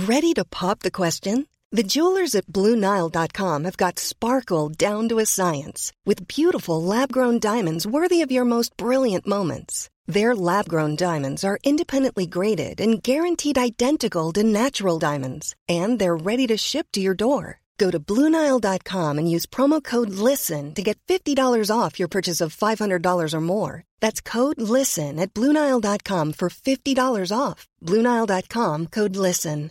Ready to pop the question? The jewelers at BlueNile.com have got sparkle down to a science with beautiful lab-grown diamonds worthy of your most brilliant moments. Their lab-grown diamonds are independently graded and guaranteed identical to natural diamonds, and they're ready to ship to your door. Go to BlueNile.com and use promo code LISTEN to get $50 off your purchase of $500 or more. That's code LISTEN at BlueNile.com for $50 off. BlueNile.com, code LISTEN.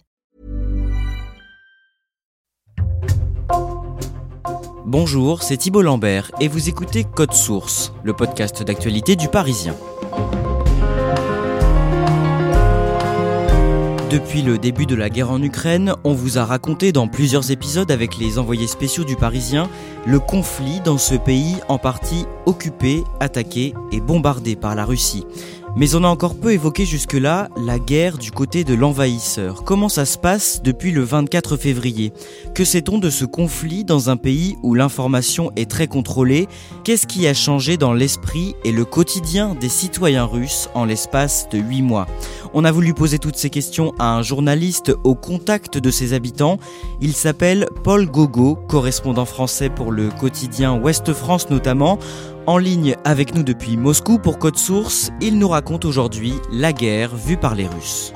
Bonjour, c'est Thibault Lambert et vous écoutez Code Source, le podcast d'actualité du Parisien. Depuis le début de la guerre en Ukraine, on vous a raconté dans plusieurs épisodes avec les envoyés spéciaux du Parisien le conflit dans ce pays en partie occupé, attaqué et bombardé par la Russie. Mais on a encore peu évoqué jusque-là la guerre du côté de l'envahisseur. Comment ça se passe depuis le 24 février ? Que sait-on de ce conflit dans un pays où l'information est très contrôlée ? Qu'est-ce qui a changé dans l'esprit et le quotidien des citoyens russes en l'espace de 8 mois ? On a voulu poser toutes ces questions à un journaliste au contact de ses habitants. Il s'appelle Paul Gogo, correspondant français pour le quotidien Ouest France notamment. En ligne avec nous depuis Moscou pour Code Source, il nous raconte aujourd'hui la guerre vue par les Russes.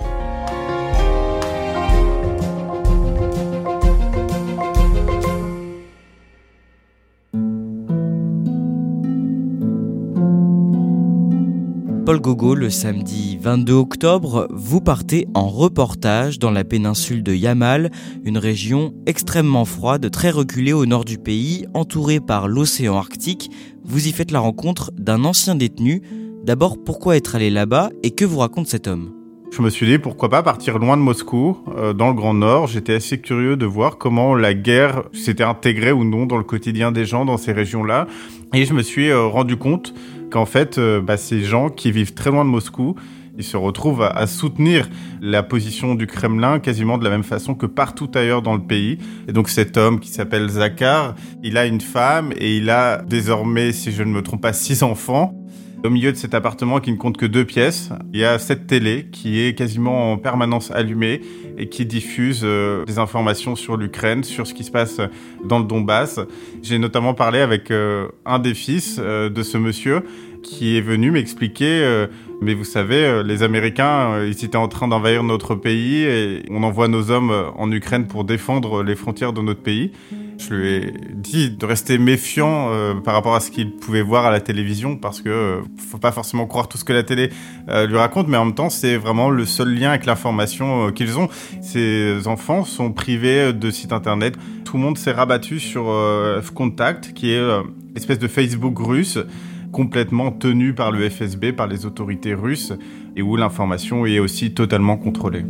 Paul Gogo, le samedi 22 octobre, vous partez en reportage dans la péninsule de Yamal, une région extrêmement froide, très reculée au nord du pays, entourée par l'océan Arctique. Vous y faites la rencontre d'un ancien détenu. D'abord, pourquoi être allé là-bas et que vous raconte cet homme ? Je me suis dit pourquoi pas partir loin de Moscou, dans le Grand Nord. J'étais assez curieux de voir comment la guerre s'était intégrée ou non dans le quotidien des gens dans ces régions-là. Et je me suis rendu compte qu'en fait, ces gens qui vivent très loin de Moscou, ils se retrouvent à soutenir la position du Kremlin quasiment de la même façon que partout ailleurs dans le pays. Et donc cet homme qui s'appelle Zakhar, il a une femme et il a désormais, si je ne me trompe pas, 6 enfants. Au milieu de cet appartement qui ne compte que 2 pièces, il y a cette télé qui est quasiment en permanence allumée et qui diffuse des informations sur l'Ukraine, sur ce qui se passe dans le Donbass. J'ai notamment parlé avec un des fils de ce monsieur qui est venu m'expliquer mais vous savez, les Américains, ils étaient en train d'envahir notre pays et on envoie nos hommes en Ukraine pour défendre les frontières de notre pays. Je lui ai dit de rester méfiant par rapport à ce qu'il pouvait voir à la télévision parce que faut pas forcément croire tout ce que la télé lui raconte, mais en même temps, c'est vraiment le seul lien avec l'information qu'ils ont. Ces enfants sont privés de sites internet. Tout le monde s'est rabattu sur Contact, qui est une espèce de Facebook russe, complètement tenu par le FSB, par les autorités russes, et où l'information est aussi totalement contrôlée.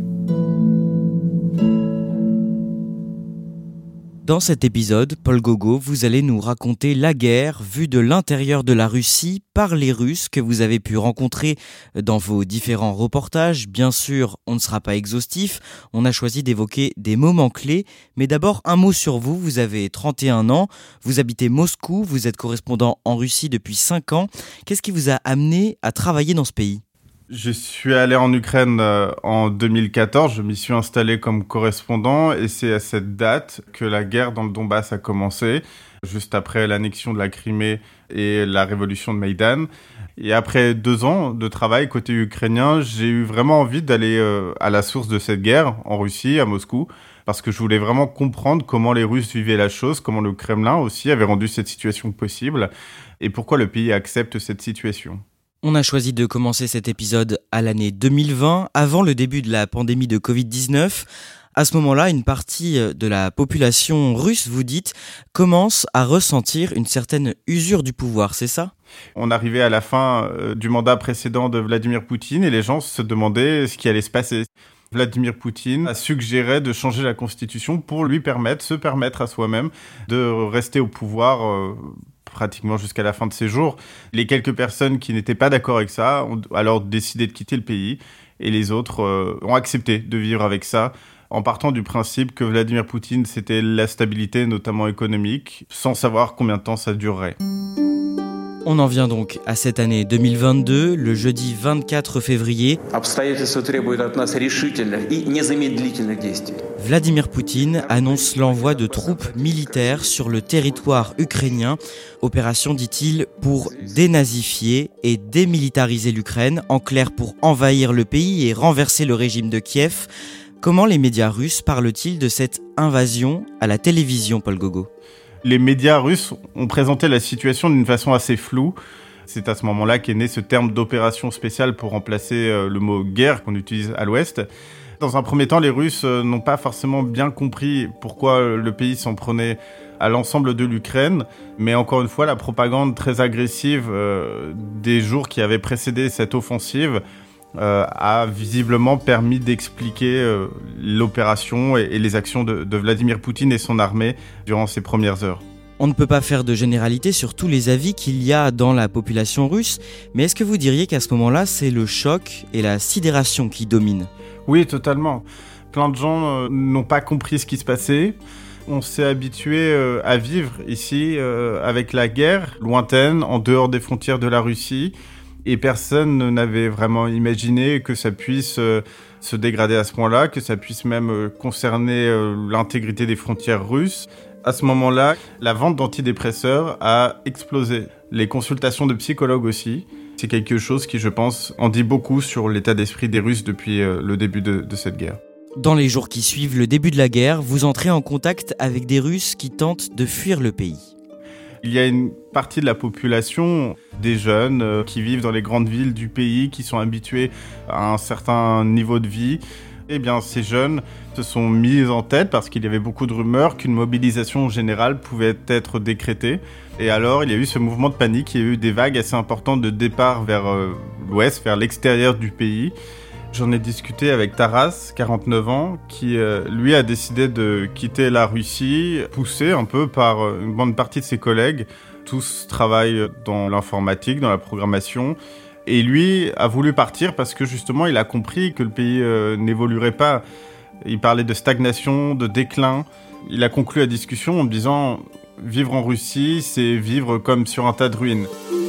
Dans cet épisode, Paul Gogo, vous allez nous raconter la guerre vue de l'intérieur de la Russie par les Russes que vous avez pu rencontrer dans vos différents reportages. Bien sûr, on ne sera pas exhaustif, on a choisi d'évoquer des moments clés, mais d'abord un mot sur vous. Vous avez 31 ans, vous habitez Moscou, vous êtes correspondant en Russie depuis 5 ans. Qu'est-ce qui vous a amené à travailler dans ce pays ? Je suis allé en Ukraine en 2014, je m'y suis installé comme correspondant et c'est à cette date que la guerre dans le Donbass a commencé, juste après l'annexion de la Crimée et la révolution de Maïdan. Et après 2 ans de travail côté ukrainien, j'ai eu vraiment envie d'aller à la source de cette guerre en Russie, à Moscou, parce que je voulais vraiment comprendre comment les Russes vivaient la chose, comment le Kremlin aussi avait rendu cette situation possible et pourquoi le pays accepte cette situation. On a choisi de commencer cet épisode à l'année 2020, avant le début de la pandémie de Covid-19. À ce moment-là, une partie de la population russe, vous dites, commence à ressentir une certaine usure du pouvoir, c'est ça ? On arrivait à la fin du mandat précédent de Vladimir Poutine et les gens se demandaient ce qui allait se passer. Vladimir Poutine a suggéré de changer la constitution pour lui se permettre à soi-même de rester au pouvoir pratiquement jusqu'à la fin de ses jours. Les quelques personnes qui n'étaient pas d'accord avec ça ont alors décidé de quitter le pays et les autres ont accepté de vivre avec ça en partant du principe que Vladimir Poutine, c'était la stabilité, notamment économique, sans savoir combien de temps ça durerait. On en vient donc à cette année 2022, le jeudi 24 février. Vladimir Poutine annonce l'envoi de troupes militaires sur le territoire ukrainien. Opération, dit-il, pour dénazifier et démilitariser l'Ukraine, en clair pour envahir le pays et renverser le régime de Kiev. Comment les médias russes parlent-ils de cette invasion à la télévision, Paul Gogo ? Les médias russes ont présenté la situation d'une façon assez floue. C'est à ce moment-là qu'est né ce terme d'opération spéciale pour remplacer le mot guerre qu'on utilise à l'Ouest. Dans un premier temps, les Russes n'ont pas forcément bien compris pourquoi le pays s'en prenait à l'ensemble de l'Ukraine. Mais encore une fois, la propagande très agressive des jours qui avaient précédé cette offensive a visiblement permis d'expliquer l'opération et les actions de Vladimir Poutine et son armée durant ces premières heures. On ne peut pas faire de généralité sur tous les avis qu'il y a dans la population russe, mais est-ce que vous diriez qu'à ce moment-là, c'est le choc et la sidération qui dominent ? Oui, totalement. Plein de gens n'ont pas compris ce qui se passait. On s'est habitué à vivre ici avec la guerre lointaine, en dehors des frontières de la Russie. Et personne n'avait vraiment imaginé que ça puisse se dégrader à ce point-là, que ça puisse même concerner l'intégrité des frontières russes. À ce moment-là, la vente d'antidépresseurs a explosé. Les consultations de psychologues aussi. C'est quelque chose qui, je pense, en dit beaucoup sur l'état d'esprit des Russes depuis le début de cette guerre. Dans les jours qui suivent le début de la guerre, vous entrez en contact avec des Russes qui tentent de fuir le pays. Il y a une partie de la population, des jeunes qui vivent dans les grandes villes du pays, qui sont habitués à un certain niveau de vie. Eh bien, ces jeunes se sont mis en tête, parce qu'il y avait beaucoup de rumeurs, qu'une mobilisation générale pouvait être décrétée. Et alors, il y a eu ce mouvement de panique, il y a eu des vagues assez importantes de départ vers l'ouest, vers l'extérieur du pays. J'en ai discuté avec Taras, 49 ans, qui lui a décidé de quitter la Russie, poussé un peu par une bonne partie de ses collègues. Tous travaillent dans l'informatique, dans la programmation. Et lui a voulu partir parce que justement, il a compris que le pays n'évoluerait pas. Il parlait de stagnation, de déclin. Il a conclu la discussion en disant « Vivre en Russie, c'est vivre comme sur un tas de ruines ».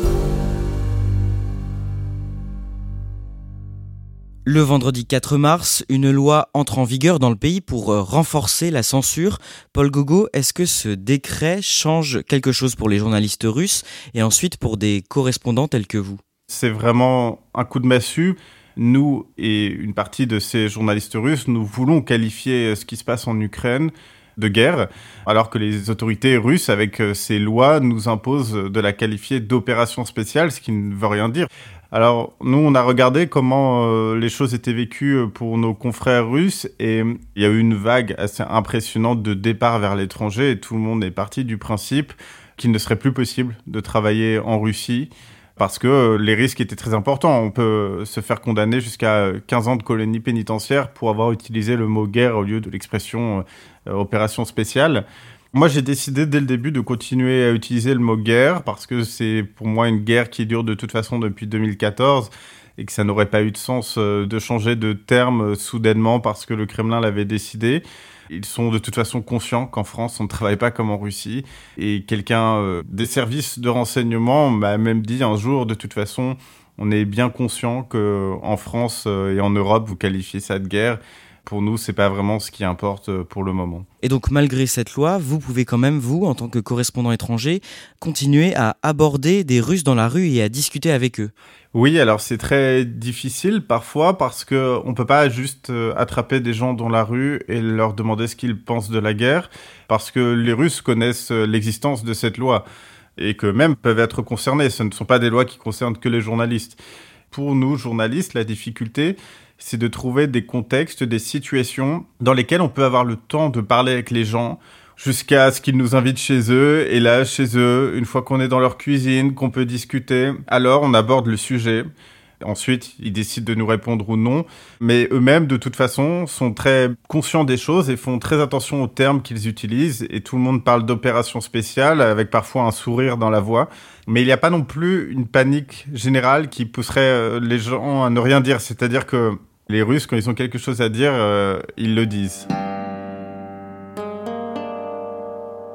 Le vendredi 4 mars, une loi entre en vigueur dans le pays pour renforcer la censure. Paul Gogo, est-ce que ce décret change quelque chose pour les journalistes russes et ensuite pour des correspondants tels que vous ? C'est vraiment un coup de massue. Nous et une partie de ces journalistes russes, nous voulons qualifier ce qui se passe en Ukraine de guerre, alors que les autorités russes, avec ces lois, nous imposent de la qualifier d'opération spéciale, ce qui ne veut rien dire. Alors, nous, on a regardé comment les choses étaient vécues pour nos confrères russes et il y a eu une vague assez impressionnante de départ vers l'étranger et tout le monde est parti du principe qu'il ne serait plus possible de travailler en Russie parce que les risques étaient très importants. On peut se faire condamner jusqu'à 15 ans de colonie pénitentiaire pour avoir utilisé le mot guerre au lieu de l'expression opération spéciale. Moi, j'ai décidé dès le début de continuer à utiliser le mot guerre parce que c'est pour moi une guerre qui dure de toute façon depuis 2014 et que ça n'aurait pas eu de sens de changer de terme soudainement parce que le Kremlin l'avait décidé. Ils sont de toute façon conscients qu'en France, on ne travaille pas comme en Russie. Et quelqu'un des services de renseignement m'a même dit un jour, de toute façon, on est bien conscient qu'en France et en Europe, vous qualifiez ça de guerre. Pour nous, c'est pas vraiment ce qui importe pour le moment. Et donc, malgré cette loi, vous pouvez quand même, vous, en tant que correspondant étranger, continuer à aborder des Russes dans la rue et à discuter avec eux. Oui, alors c'est très difficile parfois parce qu'on peut pas juste attraper des gens dans la rue et leur demander ce qu'ils pensent de la guerre parce que les Russes connaissent l'existence de cette loi et qu'eux-mêmes peuvent être concernés. Ce ne sont pas des lois qui concernent que les journalistes. Pour nous, journalistes, la difficulté, c'est de trouver des contextes, des situations dans lesquelles on peut avoir le temps de parler avec les gens jusqu'à ce qu'ils nous invitent chez eux. Et là, chez eux, une fois qu'on est dans leur cuisine, qu'on peut discuter, alors on aborde le sujet. Ensuite, ils décident de nous répondre ou non. Mais eux-mêmes, de toute façon, sont très conscients des choses et font très attention aux termes qu'ils utilisent. Et tout le monde parle d'opération spéciale, avec parfois un sourire dans la voix. Mais il n'y a pas non plus une panique générale qui pousserait les gens à ne rien dire. C'est-à-dire que les Russes, quand ils ont quelque chose à dire, ils le disent.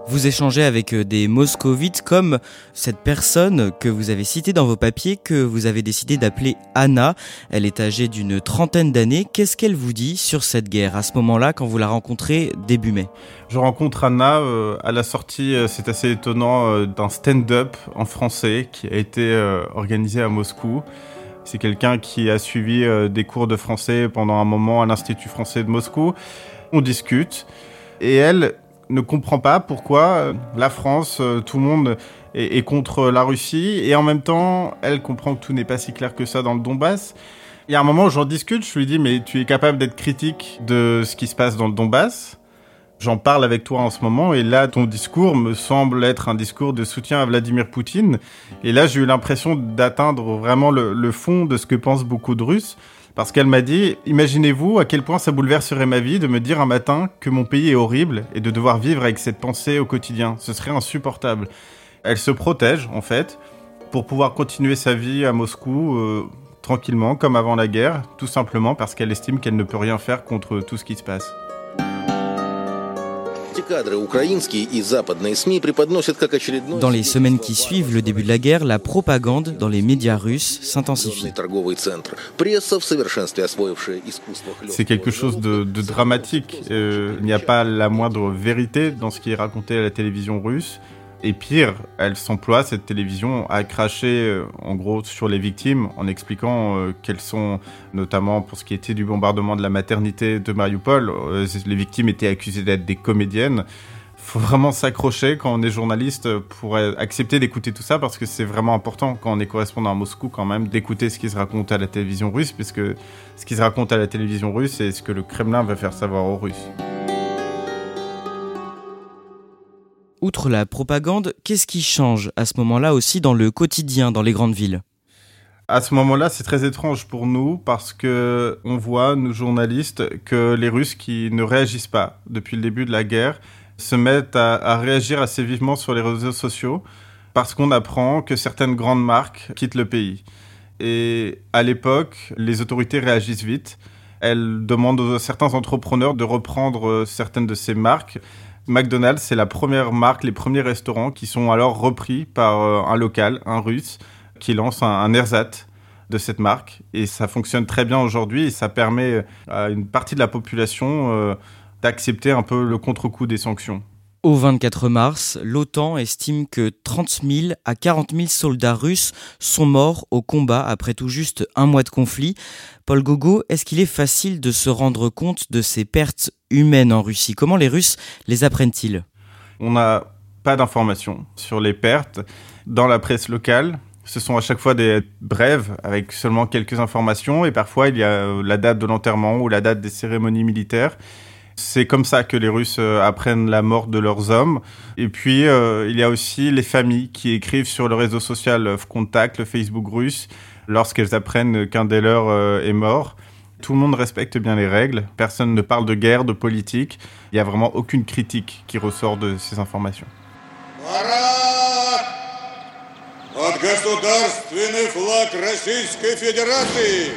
Vous échangez avec des moscovites comme cette personne que vous avez citée dans vos papiers, que vous avez décidé d'appeler Anna. Elle est âgée d'une 30aine d'années. Qu'est-ce qu'elle vous dit sur cette guerre à ce moment-là, quand vous la rencontrez début mai ? Je rencontre Anna à la sortie, c'est assez étonnant, d'un stand-up en français qui a été organisé à Moscou. C'est quelqu'un qui a suivi des cours de français pendant un moment à l'Institut français de Moscou. On discute et elle ne comprend pas pourquoi la France, tout le monde est contre la Russie, et en même temps, elle comprend que tout n'est pas si clair que ça dans le Donbass. Il y a un moment où j'en discute, je lui dis « mais tu es capable d'être critique de ce qui se passe dans le Donbass ? J'en parle avec toi en ce moment, et là, ton discours me semble être un discours de soutien à Vladimir Poutine. » Et là, j'ai eu l'impression d'atteindre vraiment le fond de ce que pensent beaucoup de Russes. Parce qu'elle m'a dit, imaginez-vous à quel point ça bouleverserait ma vie de me dire un matin que mon pays est horrible et de devoir vivre avec cette pensée au quotidien. Ce serait insupportable. Elle se protège, en fait, pour pouvoir continuer sa vie à Moscou tranquillement, comme avant la guerre, tout simplement parce qu'elle estime qu'elle ne peut rien faire contre tout ce qui se passe. Dans les semaines qui suivent le début de la guerre, la propagande dans les médias russes s'intensifie. C'est quelque chose de dramatique. Il n'y a pas la moindre vérité dans ce qui est raconté à la télévision russe. Et pire, elle s'emploie, cette télévision, à cracher en gros sur les victimes en expliquant qu'elles sont, notamment pour ce qui était du bombardement de la maternité de Mariupol, les victimes étaient accusées d'être des comédiennes. Faut vraiment s'accrocher quand on est journaliste pour accepter d'écouter tout ça, parce que c'est vraiment important quand on est correspondant à Moscou quand même d'écouter ce qui se raconte à la télévision russe, puisque ce qui se raconte à la télévision russe, c'est ce que le Kremlin va faire savoir aux Russes. Outre la propagande, qu'est-ce qui change à ce moment-là aussi dans le quotidien, dans les grandes villes ? À ce moment-là, c'est très étrange pour nous parce que on voit, nous journalistes, que les Russes qui ne réagissent pas depuis le début de la guerre se mettent à réagir assez vivement sur les réseaux sociaux parce qu'on apprend que certaines grandes marques quittent le pays. Et à l'époque, les autorités réagissent vite. Elles demandent à certains entrepreneurs de reprendre certaines de ces marques. McDonald's, c'est la première marque, les premiers restaurants qui sont alors repris par un local, un russe, qui lance un ersatz de cette marque. Et ça fonctionne très bien aujourd'hui et ça permet à une partie de la population d'accepter un peu le contre-coup des sanctions. Au 24 mars, l'OTAN estime que 30 000 à 40 000 soldats russes sont morts au combat après tout juste un mois de conflit. Paul Gogo, est-ce qu'il est facile de se rendre compte de ces pertes humaines en Russie ? Comment les Russes les apprennent-ils ? On n'a pas d'informations sur les pertes. Dans la presse locale, ce sont à chaque fois des brèves avec seulement quelques informations et parfois il y a la date de l'enterrement ou la date des cérémonies militaires. C'est comme ça que les Russes apprennent la mort de leurs hommes. Et puis, il y a aussi les familles qui écrivent sur le réseau social Vkontakte, le Facebook russe, lorsqu'elles apprennent qu'un des leurs est mort. Tout le monde respecte bien les règles. Personne ne parle de guerre, de politique. Il n'y a vraiment aucune critique qui ressort de ces informations. От государственный флаг Российской Федерации!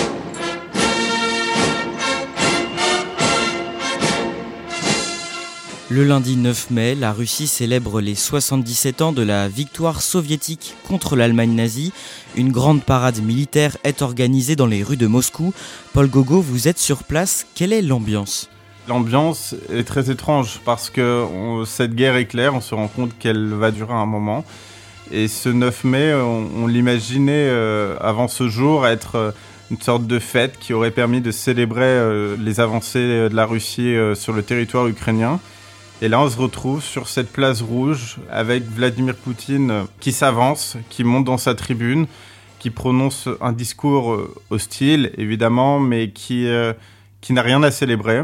Le lundi 9 mai, la Russie célèbre les 77 ans de la victoire soviétique contre l'Allemagne nazie. Une grande parade militaire est organisée dans les rues de Moscou. Paul Gogo, vous êtes sur place. Quelle est l'ambiance ? L'ambiance est très étrange parce que cette guerre éclair, on se rend compte qu'elle va durer un moment. Et ce 9 mai, on l'imaginait avant ce jour être une sorte de fête qui aurait permis de célébrer les avancées de la Russie sur le territoire ukrainien. Et là, on se retrouve sur cette place rouge avec Vladimir Poutine qui s'avance, qui monte dans sa tribune, qui prononce un discours hostile, évidemment, mais qui n'a rien à célébrer.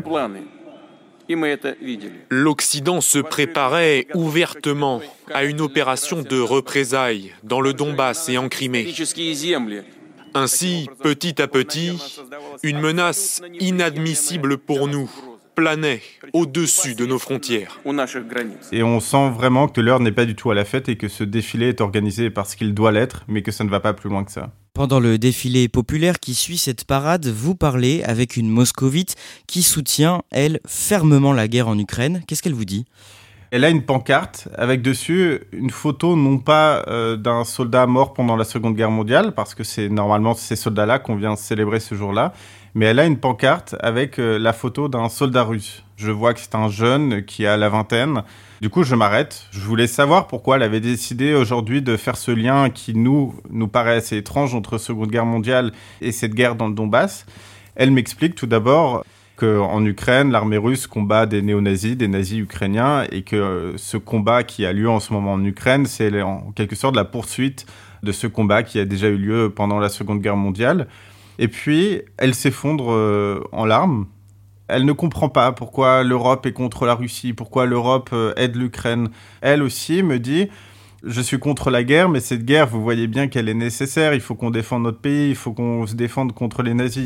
L'Occident se préparait ouvertement à une opération de représailles dans le Donbass et en Crimée. Ainsi, petit à petit, une menace inadmissible pour nous planait au-dessus de nos frontières. Et on sent vraiment que l'heure n'est pas du tout à la fête et que ce défilé est organisé parce qu'il doit l'être, mais que ça ne va pas plus loin que ça. Pendant le défilé populaire qui suit cette parade, vous parlez avec une moscovite qui soutient, elle, fermement la guerre en Ukraine. Qu'est-ce qu'elle vous dit ? Elle a une pancarte avec dessus une photo non pas d'un soldat mort pendant la Seconde Guerre mondiale, parce que c'est normalement ces soldats-là qu'on vient célébrer ce jour-là, mais elle a une pancarte avec la photo d'un soldat russe. Je vois que c'est un jeune qui a la vingtaine. Du coup, je m'arrête. Je voulais savoir pourquoi elle avait décidé aujourd'hui de faire ce lien qui nous paraît assez étrange entre Seconde Guerre mondiale et cette guerre dans le Donbass. Elle m'explique tout d'abord qu'en Ukraine, l'armée russe combat des néo-nazis, des nazis ukrainiens, et que ce combat qui a lieu en ce moment en Ukraine, c'est en quelque sorte la poursuite de ce combat qui a déjà eu lieu pendant la Seconde Guerre mondiale. Et puis, elle s'effondre en larmes. Elle ne comprend pas pourquoi l'Europe est contre la Russie, pourquoi l'Europe aide l'Ukraine. Elle aussi me dit « Je suis contre la guerre, mais cette guerre, vous voyez bien qu'elle est nécessaire. Il faut qu'on défende notre pays, il faut qu'on se défende contre les nazis. »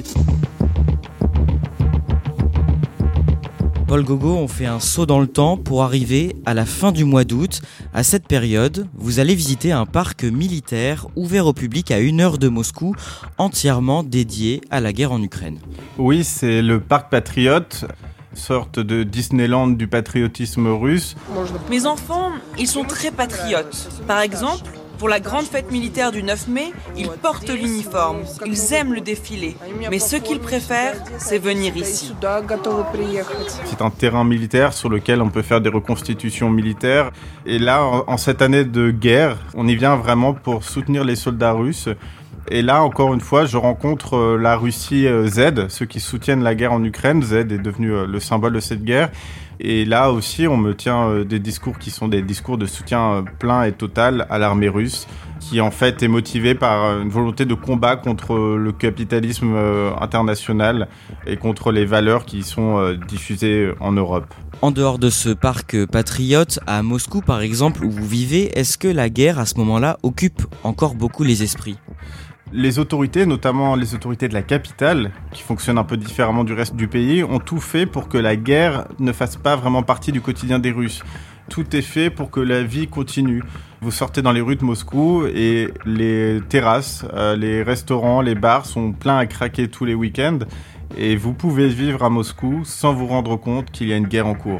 Paul Gogo, on fait un saut dans le temps pour arriver à la fin du mois d'août. À cette période, vous allez visiter un parc militaire ouvert au public à 1 heure de Moscou, entièrement dédié à la guerre en Ukraine. Oui, c'est le parc Patriote, sorte de Disneyland du patriotisme russe. Mes enfants, ils sont très patriotes. Par exemple, pour la grande fête militaire du 9 mai, ils portent l'uniforme, ils aiment le défilé. Mais ce qu'ils préfèrent, c'est venir ici. C'est un terrain militaire sur lequel on peut faire des reconstitutions militaires. Et là, en cette année de guerre, on y vient vraiment pour soutenir les soldats russes. Et là, encore une fois, je rencontre la Russie Z, ceux qui soutiennent la guerre en Ukraine. Z est devenu le symbole de cette guerre. Et là aussi, on me tient des discours qui sont des discours de soutien plein et total à l'armée russe, qui en fait est motivée par une volonté de combat contre le capitalisme international et contre les valeurs qui sont diffusées en Europe. En dehors de ce parc patriote, à Moscou par exemple, où vous vivez, est-ce que la guerre à ce moment-là occupe encore beaucoup les esprits ? Les autorités, notamment les autorités de la capitale, qui fonctionnent un peu différemment du reste du pays, ont tout fait pour que la guerre ne fasse pas vraiment partie du quotidien des Russes. Tout est fait pour que la vie continue. Vous sortez dans les rues de Moscou et les terrasses, les restaurants, les bars sont pleins à craquer tous les week-ends. Et vous pouvez vivre à Moscou sans vous rendre compte qu'il y a une guerre en cours.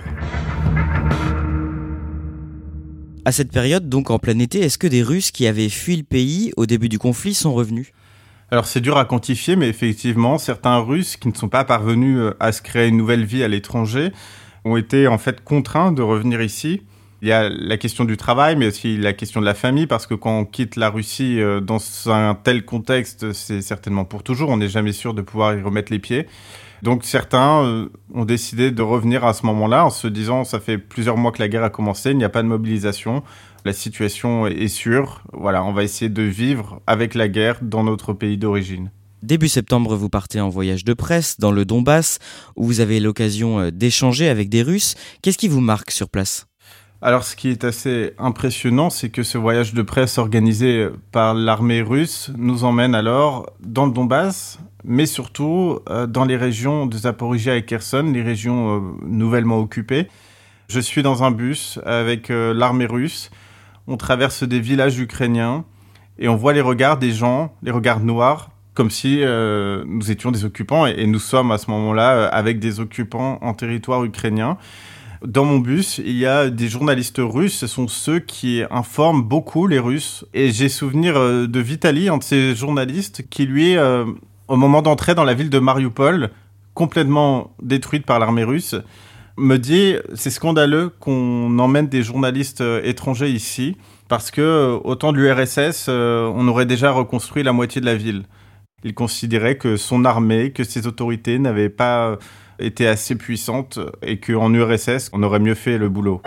À cette période, donc en plein été, est-ce que des Russes qui avaient fui le pays au début du conflit sont revenus ? Alors c'est dur à quantifier, mais effectivement, certains Russes qui ne sont pas parvenus à se créer une nouvelle vie à l'étranger ont été en fait contraints de revenir ici. Il y a la question du travail, mais aussi la question de la famille, parce que quand on quitte la Russie dans un tel contexte, c'est certainement pour toujours. On n'est jamais sûr de pouvoir y remettre les pieds. Donc certains ont décidé de revenir à ce moment-là en se disant ça fait plusieurs mois que la guerre a commencé, il n'y a pas de mobilisation, la situation est sûre, voilà, on va essayer de vivre avec la guerre dans notre pays d'origine. Début septembre, vous partez en voyage de presse dans le Donbass, où vous avez l'occasion d'échanger avec des Russes. Qu'est-ce qui vous marque sur place ? Alors ce qui est assez impressionnant, c'est que ce voyage de presse organisé par l'armée russe nous emmène alors dans le Donbass, mais surtout dans les régions de Zaporijia et Kherson, les régions nouvellement occupées. Je suis dans un bus avec l'armée russe, on traverse des villages ukrainiens et on voit les regards des gens, les regards noirs, comme si nous étions des occupants et nous sommes à ce moment-là avec des occupants en territoire ukrainien. Dans mon bus, il y a des journalistes russes, ce sont ceux qui informent beaucoup les Russes. Et j'ai souvenir de Vitali, un de ces journalistes, qui lui, au moment d'entrer dans la ville de Mariupol, complètement détruite par l'armée russe, me dit « C'est scandaleux qu'on emmène des journalistes étrangers ici, parce que au temps de l'URSS, on aurait déjà reconstruit la moitié de la ville. » Il considérait que son armée, que ses autorités n'avaient pas été assez puissantes et qu'en URSS, on aurait mieux fait le boulot.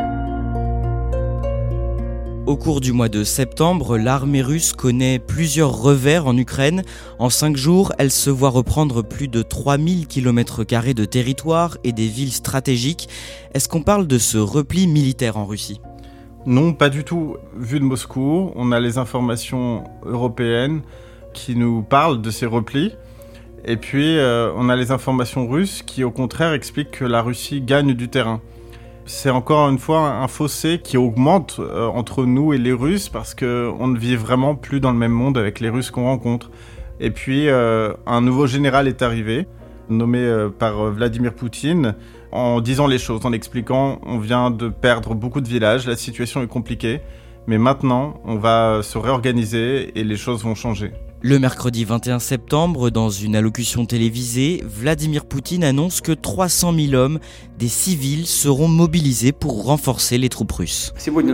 Au cours du mois de septembre, l'armée russe connaît plusieurs revers en Ukraine. En 5 jours, elle se voit reprendre plus de 3000 km² de territoire et des villes stratégiques. Est-ce qu'on parle de ce repli militaire en Russie ? Non, pas du tout. Vu de Moscou, on a les informations européennes qui nous parlent de ces replis. Et puis, on a les informations russes qui, au contraire, expliquent que la Russie gagne du terrain. C'est encore une fois un fossé qui augmente entre nous et les Russes parce qu'on ne vit vraiment plus dans le même monde avec les Russes qu'on rencontre. Et puis, un nouveau général est arrivé, nommé par Vladimir Poutine, en disant les choses, en expliquant, on vient de perdre beaucoup de villages, la situation est compliquée, mais maintenant, on va se réorganiser et les choses vont changer. Le mercredi 21 septembre, dans une allocution télévisée, Vladimir Poutine annonce que 300 000 hommes, des civils, seront mobilisés pour renforcer les troupes russes.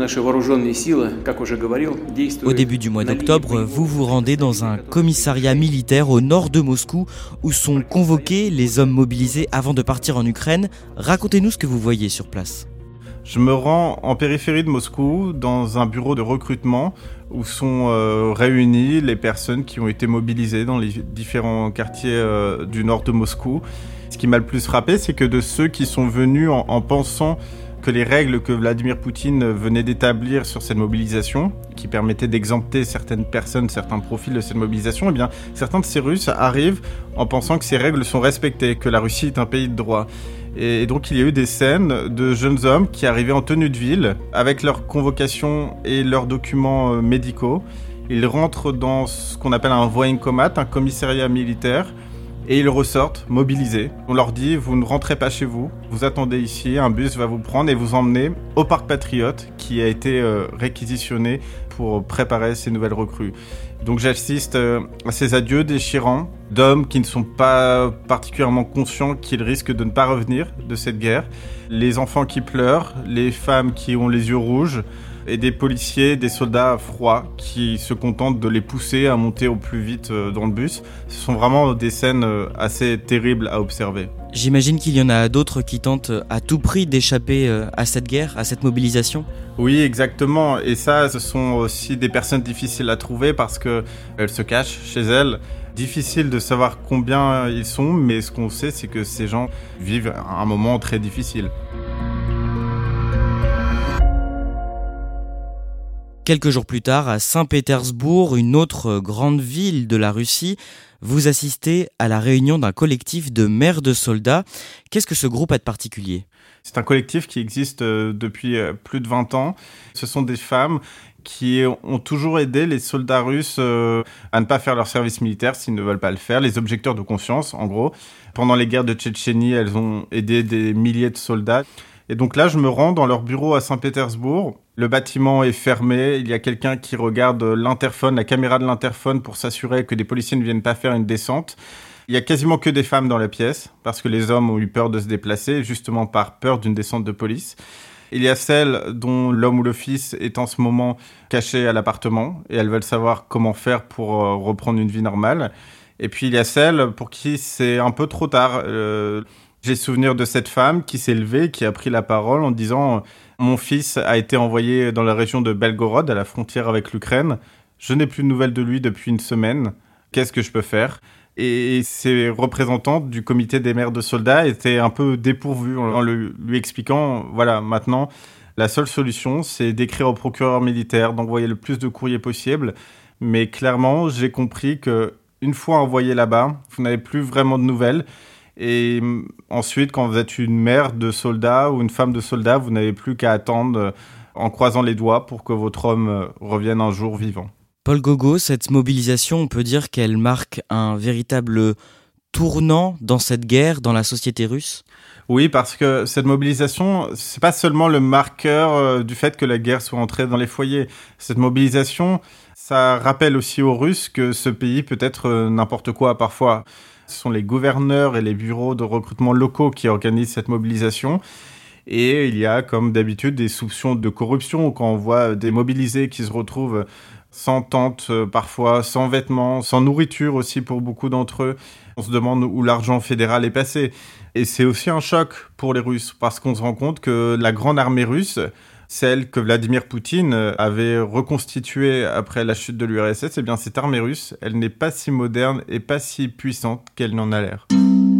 Au début du mois d'octobre, vous vous rendez dans un commissariat militaire au nord de Moscou où sont convoqués les hommes mobilisés avant de partir en Ukraine. Racontez-nous ce que vous voyez sur place. Je me rends en périphérie de Moscou, dans un bureau de recrutement où sont réunies les personnes qui ont été mobilisées dans les différents quartiers du nord de Moscou. Ce qui m'a le plus frappé, c'est que de ceux qui sont venus en pensant que les règles que Vladimir Poutine venait d'établir sur cette mobilisation, qui permettaient d'exempter certaines personnes, certains profils de cette mobilisation, eh bien, certains de ces Russes arrivent en pensant que ces règles sont respectées, que la Russie est un pays de droit. Et donc il y a eu des scènes de jeunes hommes qui arrivaient en tenue de ville, avec leurs convocations et leurs documents médicaux. Ils rentrent dans ce qu'on appelle un voïnkomat, un commissariat militaire, et ils ressortent mobilisés. On leur dit, vous ne rentrez pas chez vous, vous attendez ici, un bus va vous prendre et vous emmener au parc Patriote qui a été réquisitionné pour préparer ces nouvelles recrues. Donc j'assiste à ces adieux déchirants d'hommes qui ne sont pas particulièrement conscients qu'ils risquent de ne pas revenir de cette guerre. Les enfants qui pleurent, les femmes qui ont les yeux rouges et des policiers, des soldats froids qui se contentent de les pousser à monter au plus vite dans le bus. Ce sont vraiment des scènes assez terribles à observer. J'imagine qu'il y en a d'autres qui tentent à tout prix d'échapper à cette guerre, à cette mobilisation. Oui, exactement. Et ça, ce sont aussi des personnes difficiles à trouver parce qu'elles se cachent chez elles. Difficile de savoir combien ils sont, mais ce qu'on sait, c'est que ces gens vivent un moment très difficile. Quelques jours plus tard, à Saint-Pétersbourg, une autre grande ville de la Russie, vous assistez à la réunion d'un collectif de mères de soldats. Qu'est-ce que ce groupe a de particulier ? C'est un collectif qui existe depuis plus de 20 ans. Ce sont des femmes qui ont toujours aidé les soldats russes à ne pas faire leur service militaire s'ils ne veulent pas le faire, les objecteurs de conscience, en gros. Pendant les guerres de Tchétchénie, elles ont aidé des milliers de soldats. Et donc là, je me rends dans leur bureau à Saint-Pétersbourg. Le bâtiment est fermé. Il y a quelqu'un qui regarde l'interphone, la caméra de l'interphone pour s'assurer que des policiers ne viennent pas faire une descente. Il y a quasiment que des femmes dans la pièce parce que les hommes ont eu peur de se déplacer, justement par peur d'une descente de police. Il y a celles dont l'homme ou le fils est en ce moment caché à l'appartement et elles veulent savoir comment faire pour reprendre une vie normale. Et puis il y a celles pour qui c'est un peu trop tard. J'ai souvenir de cette femme qui s'est levée, qui a pris la parole en disant « Mon fils a été envoyé dans la région de Belgorod, à la frontière avec l'Ukraine. Je n'ai plus de nouvelles de lui depuis une semaine. Qu'est-ce que je peux faire ?» Et ces représentantes du comité des mères de soldats étaient un peu dépourvues en lui expliquant « Voilà, maintenant, la seule solution, c'est d'écrire au procureur militaire, d'envoyer le plus de courriers possible. Mais clairement, j'ai compris qu'une fois envoyé là-bas, vous n'avez plus vraiment de nouvelles. » Et ensuite, quand vous êtes une mère de soldat ou une femme de soldat, vous n'avez plus qu'à attendre en croisant les doigts pour que votre homme revienne un jour vivant. Paul Gogo, cette mobilisation, on peut dire qu'elle marque un véritable tournant dans cette guerre, dans la société russe ? Oui, parce que cette mobilisation, c'est pas seulement le marqueur du fait que la guerre soit entrée dans les foyers. Cette mobilisation, ça rappelle aussi aux Russes que ce pays peut être n'importe quoi parfois. Ce sont les gouverneurs et les bureaux de recrutement locaux qui organisent cette mobilisation. Et il y a, comme d'habitude, des soupçons de corruption quand on voit des mobilisés qui se retrouvent sans tente, parfois sans vêtements, sans nourriture aussi pour beaucoup d'entre eux. On se demande où l'argent fédéral est passé. Et c'est aussi un choc pour les Russes, parce qu'on se rend compte que la grande armée russe, celle que Vladimir Poutine avait reconstituée après la chute de l'URSS, eh bien cette armée russe, elle n'est pas si moderne et pas si puissante qu'elle n'en a l'air.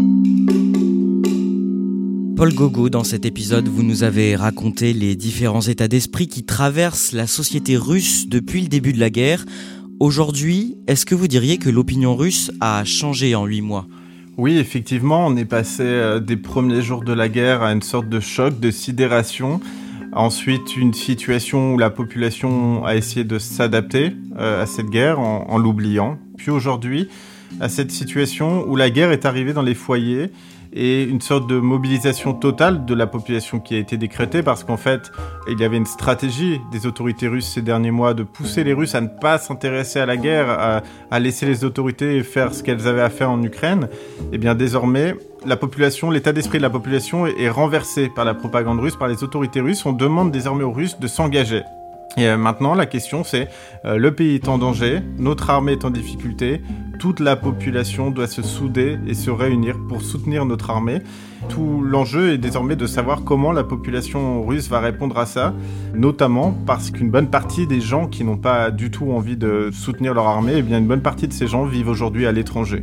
Paul Gogo, dans cet épisode, vous nous avez raconté les différents états d'esprit qui traversent la société russe depuis le début de la guerre. Aujourd'hui, est-ce que vous diriez que l'opinion russe a changé en 8 mois ? Oui, effectivement, on est passé des premiers jours de la guerre à une sorte de choc, de sidération. Ensuite, une situation où la population a essayé de s'adapter à cette guerre en l'oubliant. Puis aujourd'hui, à cette situation où la guerre est arrivée dans les foyers et une sorte de mobilisation totale de la population qui a été décrétée parce qu'en fait, il y avait une stratégie des autorités russes ces derniers mois de pousser les Russes à ne pas s'intéresser à la guerre, à laisser les autorités faire ce qu'elles avaient à faire en Ukraine. Et bien désormais, la population, l'état d'esprit de la population est renversé par la propagande russe, par les autorités russes. On demande désormais aux Russes de s'engager. Et maintenant, la question c'est, le pays est en danger, notre armée est en difficulté, toute la population doit se souder et se réunir pour soutenir notre armée. Tout l'enjeu est désormais de savoir comment la population russe va répondre à ça, notamment parce qu'une bonne partie des gens qui n'ont pas du tout envie de soutenir leur armée, eh bien une bonne partie de ces gens vivent aujourd'hui à l'étranger.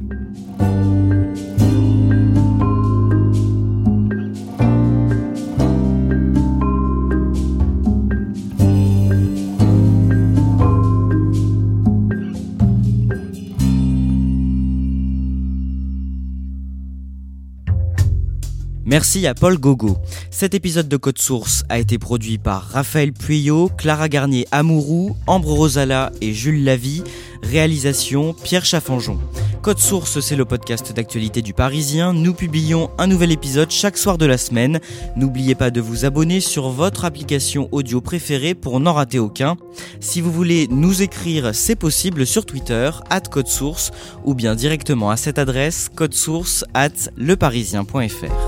Merci à Paul Gogo. Cet épisode de Code Source a été produit par Raphaël Pueyo, Clara Garnier-Amouroux, Ambre Rosala et Jules Lavie. Réalisation Pierre Chaffanjon. Code Source, c'est le podcast d'actualité du Parisien. Nous publions un nouvel épisode chaque soir de la semaine. N'oubliez pas de vous abonner sur votre application audio préférée pour n'en rater aucun. Si vous voulez nous écrire, c'est possible sur Twitter, @codesource, ou bien directement à cette adresse, codesource@leparisien.fr.